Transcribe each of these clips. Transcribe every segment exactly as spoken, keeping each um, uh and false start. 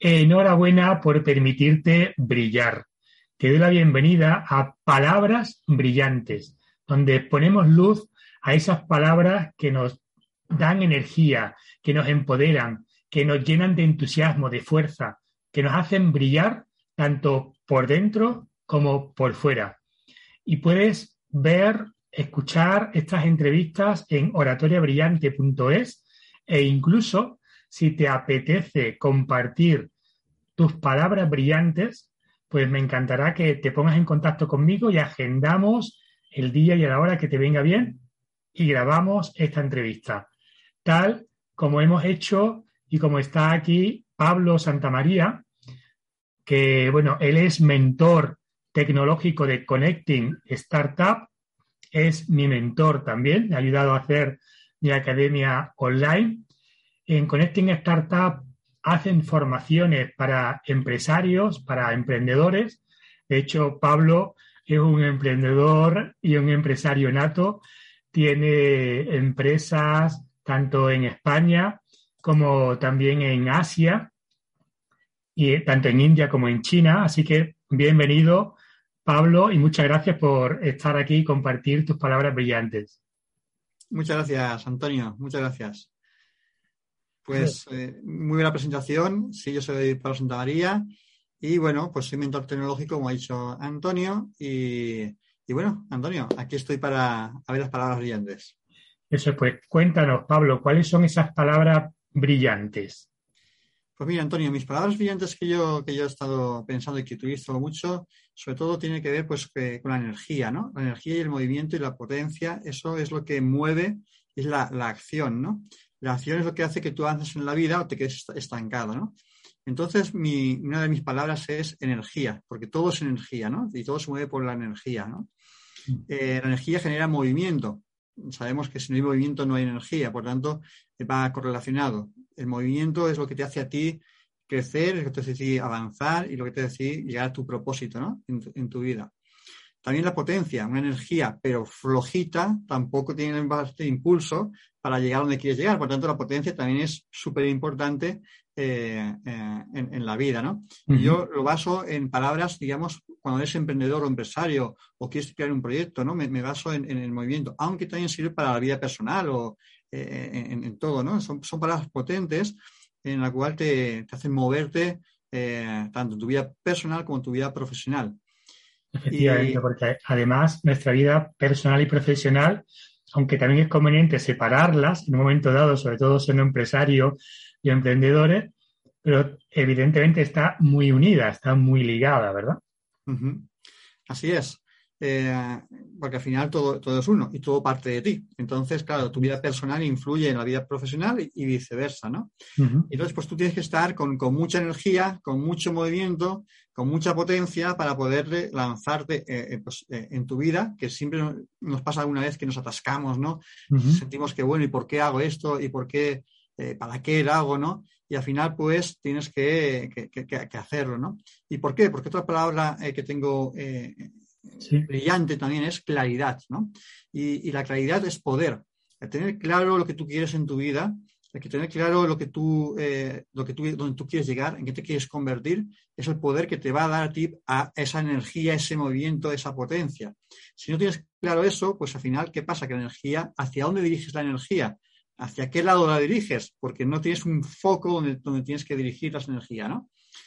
Enhorabuena por permitirte brillar. Te doy la bienvenida a Palabras Brillantes, donde ponemos luz a esas palabras que nos dan energía, que nos empoderan, que nos llenan de entusiasmo, de fuerza, que nos hacen brillar tanto por dentro como por fuera. Y puedes ver, escuchar estas entrevistas en oratoria brillante punto es e incluso si te apetece compartir tus palabras brillantes, pues me encantará que te pongas en contacto conmigo y agendamos el día y la hora que te venga bien y grabamos esta entrevista. Tal como hemos hecho y como está aquí Pablo Santamaría, que bueno, él es mentor tecnológico de Connecting Startup, es mi mentor también, me ha ayudado a hacer mi academia online. En Connecting Startup hacen formaciones para empresarios, para emprendedores. De hecho, Pablo es un emprendedor y un empresario nato. Tiene empresas tanto en España como también en Asia, y tanto en India como en China. Así que bienvenido, Pablo, y muchas gracias por estar aquí y compartir tus palabras brillantes. Muchas gracias, Antonio. Muchas gracias. Pues eh, muy buena presentación. Sí, yo soy Pablo Santamaría y bueno, pues soy mentor tecnológico, como ha dicho Antonio. Y, y bueno, Antonio, aquí estoy para ver las palabras brillantes. Eso, pues cuéntanos, Pablo, ¿cuáles son esas palabras brillantes? Pues mira, Antonio, mis palabras brillantes que yo, que yo he estado pensando y que utilizo mucho, sobre todo tiene que ver pues que, con la energía, ¿no? La energía y el movimiento y la potencia, eso es lo que mueve, es la, la acción, ¿no? La acción es lo que hace que tú avances en la vida o te quedes estancado, ¿no? Entonces, mi, una de mis palabras es energía, porque todo es energía, ¿no? Y todo se mueve por la energía, ¿no? Eh, la energía genera movimiento. Sabemos que si no hay movimiento no hay energía, por tanto, va correlacionado. El movimiento es lo que te hace a ti crecer, es lo que te hace a ti avanzar y lo que te hace a ti llegar a tu propósito, ¿no? En tu, en tu vida. También la potencia, una energía, pero flojita, tampoco tiene bastante impulso para llegar a donde quieres llegar. Por tanto, la potencia también es súper importante eh, eh, en, en la vida, ¿no? Uh-huh. Y yo lo baso en palabras, digamos, cuando eres emprendedor o empresario o quieres crear un proyecto, ¿no? Me, me baso en, en el movimiento, aunque también sirve para la vida personal o eh, en, en todo, ¿no? Son, son palabras potentes en la cual te, te hacen moverte eh, tanto en tu vida personal como en tu vida profesional. Efectivamente, y... porque además nuestra vida personal y profesional, aunque también es conveniente separarlas en un momento dado, sobre todo siendo empresario y emprendedores, pero evidentemente está muy unida, está muy ligada, ¿verdad? Uh-huh. Así es, eh, porque al final todo, todo es uno y todo parte de ti. Entonces, claro, tu vida personal influye en la vida profesional y, y viceversa, ¿no? Uh-huh. Entonces, pues tú tienes que estar con, con mucha energía, con mucho movimiento, con mucha potencia para poder lanzarte eh, pues, eh, en tu vida, que siempre nos pasa alguna vez que nos atascamos, ¿no? Uh-huh. Sentimos que, bueno, ¿y por qué hago esto? ¿Y por qué? Eh, ¿Para qué lo hago, no? Y al final, pues, tienes que, que, que, que hacerlo, ¿no? ¿Y por qué? Porque otra palabra eh, que tengo eh, sí. brillante también es claridad, ¿no? Y, y la claridad es poder. El tener claro lo que tú quieres en tu vida, el que tener claro lo que tú, eh, lo que tú, donde tú quieres llegar, en qué te quieres convertir, es el poder que te va a dar a ti a esa energía, ese movimiento, esa potencia. Si no tienes claro eso, pues al final, ¿qué pasa? Que la energía, ¿hacia dónde diriges la energía? ¿Hacia qué lado la diriges? Porque no tienes un foco donde, donde tienes que dirigir la energía, ¿no?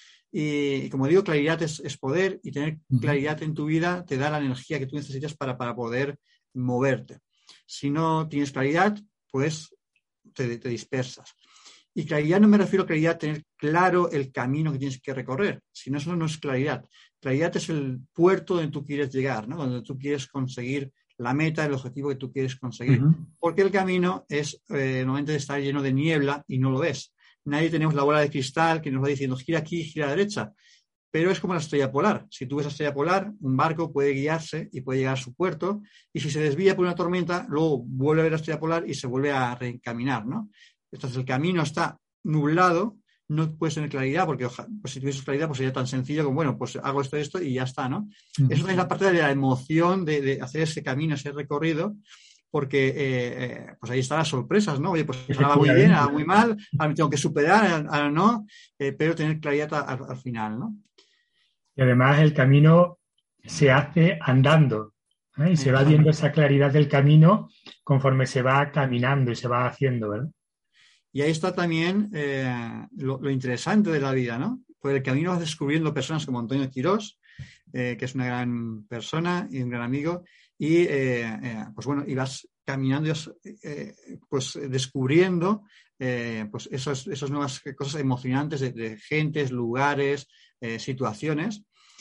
Y, y como digo, claridad es, es poder, y tener claridad en tu vida te da la energía que tú necesitas para, para poder moverte. Si no tienes claridad, pues te, te dispersas. Y claridad no me refiero a claridad, tener claro el camino que tienes que recorrer, sino eso no es claridad. Claridad es el puerto donde tú quieres llegar, ¿no? Donde tú quieres conseguir la meta, el objetivo que tú quieres conseguir. Uh-huh. Porque el camino es, eh, normalmente está lleno de niebla y no lo ves. Nadie tenemos la bola de cristal que nos va diciendo gira aquí, gira a la derecha. Pero es como la estrella polar. Si tú ves la estrella polar, un barco puede guiarse y puede llegar a su puerto. Y si se desvía por una tormenta, luego vuelve a ver la estrella polar y se vuelve a reencaminar, ¿no? Entonces el camino está nublado, no puedes tener claridad, porque pues, si tuvieses claridad pues sería tan sencillo como, bueno, pues hago esto, esto y ya está, ¿no? Uh-huh. Eso es la parte de la emoción de, de hacer ese camino, ese recorrido, porque eh, eh, pues ahí están las sorpresas, ¿no? Oye, pues ahora va muy bien, ahora muy mal, ahora me tengo que superar, ahora no, eh, pero tener claridad al, al final, ¿no? Y además el camino se hace andando, ¿eh? Y se va viendo esa claridad del camino conforme se va caminando y se va haciendo, ¿verdad? Y ahí está también eh, lo, lo interesante de la vida, ¿no? Por el camino vas descubriendo personas como Antonio Quirós, eh, que es una gran persona y un gran amigo, y eh, eh, pues bueno, y vas caminando y vas eh, pues descubriendo eh, pues esas, esas nuevas cosas emocionantes de, de gentes, lugares, eh, situaciones.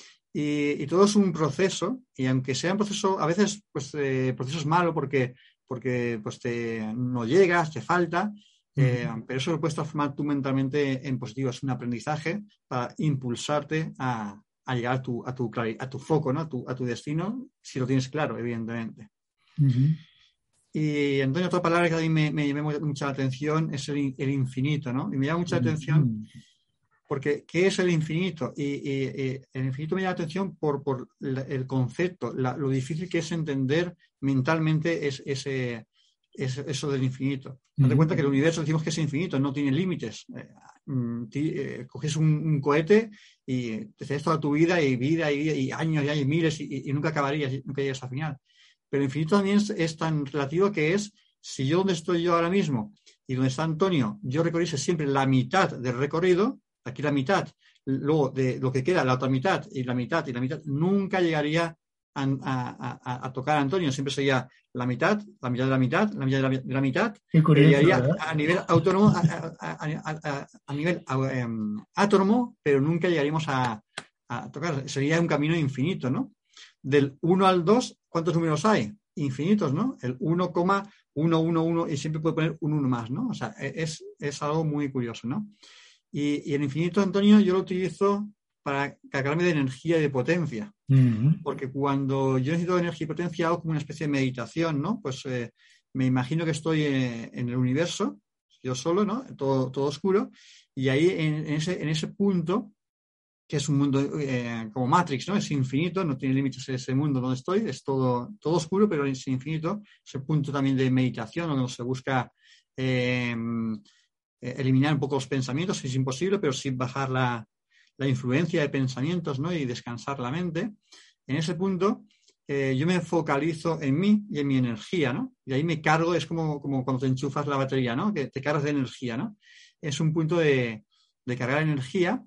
Y, y todo es un proceso, y aunque sea un proceso, a veces pues eh, proceso es malo porque, porque pues te, no llegas, te falta, eh, uh-huh. pero eso lo puedes transformar tú mentalmente en positivo. Es un aprendizaje para impulsarte a, a llegar a tu, a tu, a tu foco, ¿no? a, tu, a tu destino, si lo tienes claro, evidentemente. Uh-huh. Y Antonio, otra palabra que a mí me, me llama mucha la atención es el, el infinito, ¿no? Y me llama mucha uh-huh. atención porque ¿qué es el infinito? Y, y, y el infinito me llama la atención por, por la, el concepto, la, lo difícil que es entender mentalmente es, ese, es, eso del infinito. Date uh-huh. cuenta que el universo decimos que es infinito, no tiene límites. Eh, eh, coges un, un cohete y te haces toda tu vida y vida y, vida, y años y años, miles y, y nunca acabarías, y nunca llegas al final. Pero el infinito también es, es tan relativo que es, si yo donde estoy yo ahora mismo y donde está Antonio, yo recorriese siempre la mitad del recorrido, aquí la mitad, luego de lo que queda, la otra mitad, y la mitad, y la mitad, nunca llegaría a, a, a, a tocar a Antonio, siempre sería la mitad, la mitad de la mitad, la mitad de la, de la mitad, curioso, pero llegaría ¿verdad? a nivel autónomo, a, a, a, a nivel um, átomo, pero nunca llegaríamos a, a tocar, sería un camino infinito, ¿no? Del uno al dos, ¿cuántos números hay? Infinitos, ¿no? El uno coma uno uno uno y siempre puede poner un uno más, ¿no? O sea, es, es algo muy curioso, ¿no? Y, y el infinito, Antonio, yo lo utilizo para cargarme de energía y de potencia. Uh-huh. Porque cuando yo necesito energía y potencia hago como una especie de meditación, ¿no? Pues eh, me imagino que estoy eh, en el universo, yo solo, ¿no? Todo, todo oscuro. Y ahí en, en, ese, en ese punto, que es un mundo eh, como Matrix, ¿no? Es infinito, no tiene límites ese mundo donde estoy, es todo, todo oscuro, pero es infinito. Ese punto también de meditación, donde se busca... Eh, eliminar un poco los pensamientos, es imposible, pero sin bajar la, la influencia de pensamientos, ¿no? Y descansar la mente. En ese punto, eh, yo me focalizo en mí y en mi energía, ¿no? Y ahí me cargo, es como, como cuando te enchufas la batería, ¿no? Que te cargas de energía, ¿no? Es un punto de, de cargar energía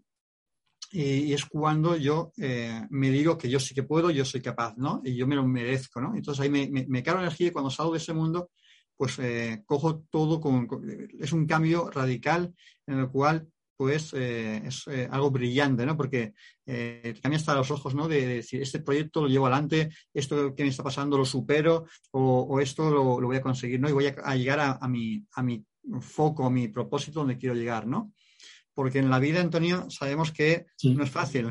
y, y es cuando yo eh, me digo que yo sí que puedo, yo soy capaz, ¿no? Y yo me lo merezco, ¿no? Entonces ahí me, me, me cargo energía y cuando salgo de ese mundo pues eh, cojo todo, con, con, es un cambio radical en el cual pues eh, es eh, algo brillante, ¿no? Porque eh, cambia hasta los ojos, ¿no? De, de decir, este proyecto lo llevo adelante, esto que me está pasando lo supero o, o esto lo, lo voy a conseguir, ¿no? Y voy a, a llegar a, a, mi, a mi foco, a mi propósito donde quiero llegar, ¿no? Porque en la vida, Antonio, sabemos que sí. no es fácil.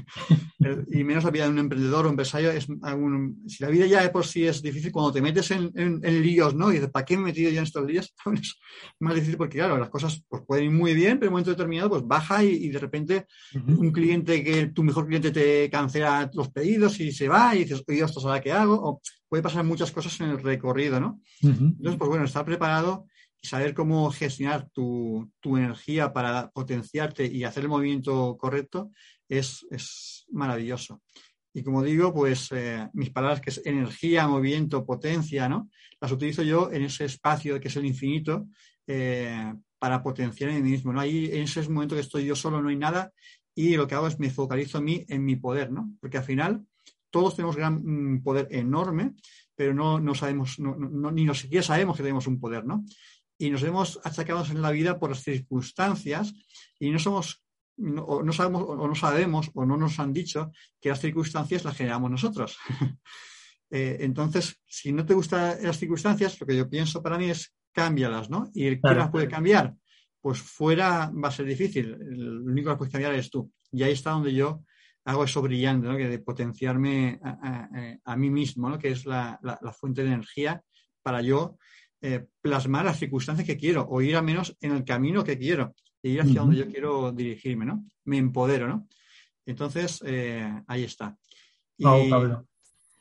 Y menos la vida de un emprendedor o empresario. Es algún, si la vida ya de por sí es difícil, cuando te metes en, en, en líos, ¿no? Y dices, ¿para qué me he metido yo en estos líos? Es más difícil porque, claro, las cosas pues, pueden ir muy bien, pero en un momento determinado pues baja y, y de repente uh-huh. un cliente que tu mejor cliente te cancela los pedidos y se va y dices, oye, ¿esto ahora qué hago? O puede pasar muchas cosas en el recorrido, ¿no? Uh-huh. Entonces, pues bueno, estar preparado y saber cómo gestionar tu, tu energía para potenciarte y hacer el movimiento correcto es, es maravilloso. Y como digo, pues eh, mis palabras que es energía, movimiento, potencia, ¿no? Las utilizo yo en ese espacio que es el infinito eh, para potenciar en mí mismo, ¿no? Ahí en ese momento que estoy yo solo no hay nada y lo que hago es me focalizo en mí, en mi poder, ¿no? Porque al final todos tenemos gran mm, poder enorme, pero no, no sabemos, no, no, ni nos siquiera sabemos que tenemos un poder, ¿no? Y nos hemos achacado en la vida por las circunstancias y no somos, no, no sabemos o no sabemos o no nos han dicho que las circunstancias las generamos nosotros. eh, entonces, si no te gustan las circunstancias, lo que yo pienso para mí es cámbialas, ¿no? ¿Y quién claro. las puede cambiar? Pues fuera va a ser difícil. El único que las puedes cambiar eres tú. Y ahí está donde yo hago eso brillante, ¿no? Que de potenciarme a, a, a mí mismo, ¿no? Que es la, la, la fuente de energía para yo Eh, plasmar las circunstancias que quiero o ir al menos en el camino que quiero e ir hacia uh-huh. donde yo quiero dirigirme, ¿no? Me empodero, ¿no? Entonces, eh, ahí está. Y, oh, Pablo.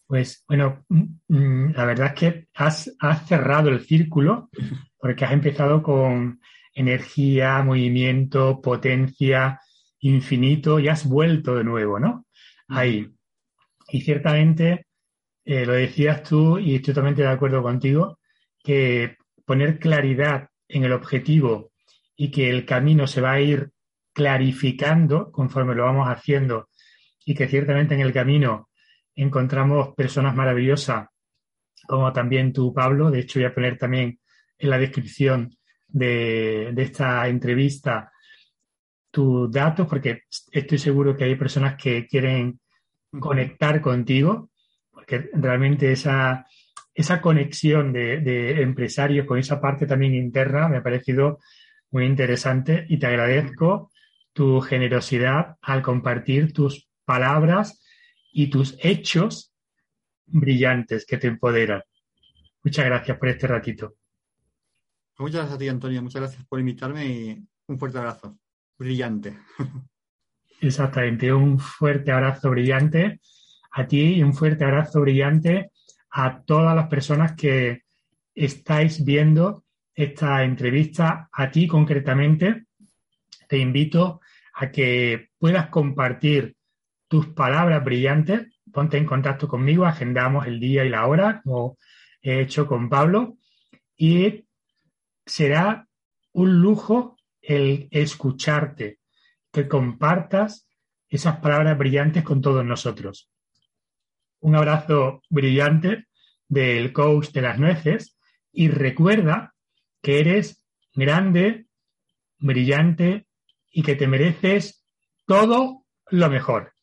Pues bueno, la verdad es que has, has cerrado el círculo porque has empezado con energía, movimiento, potencia, infinito y has vuelto de nuevo, ¿no? Ahí. Y ciertamente, eh, lo decías tú y estoy totalmente de acuerdo contigo, que poner claridad en el objetivo y que el camino se va a ir clarificando conforme lo vamos haciendo y que ciertamente en el camino encontramos personas maravillosas, como también tú, Pablo. De hecho, voy a poner también en la descripción de, de esta entrevista tus datos, porque estoy seguro que hay personas que quieren conectar contigo, porque realmente esa, esa conexión de, de empresarios con esa parte también interna me ha parecido muy interesante y te agradezco tu generosidad al compartir tus palabras y tus hechos brillantes que te empoderan. Muchas gracias por este ratito. Muchas gracias a ti, Antonio. Muchas gracias por invitarme y un fuerte abrazo. Brillante. Exactamente. Un fuerte abrazo brillante a ti y un fuerte abrazo brillante a todas las personas que estáis viendo esta entrevista. A ti concretamente te invito a que puedas compartir tus palabras brillantes. Ponte en contacto conmigo, agendamos el día y la hora, como he hecho con Pablo, y será un lujo el escucharte, que compartas esas palabras brillantes con todos nosotros. Un abrazo brillante del coach de las nueces y recuerda que eres grande, brillante y que te mereces todo lo mejor.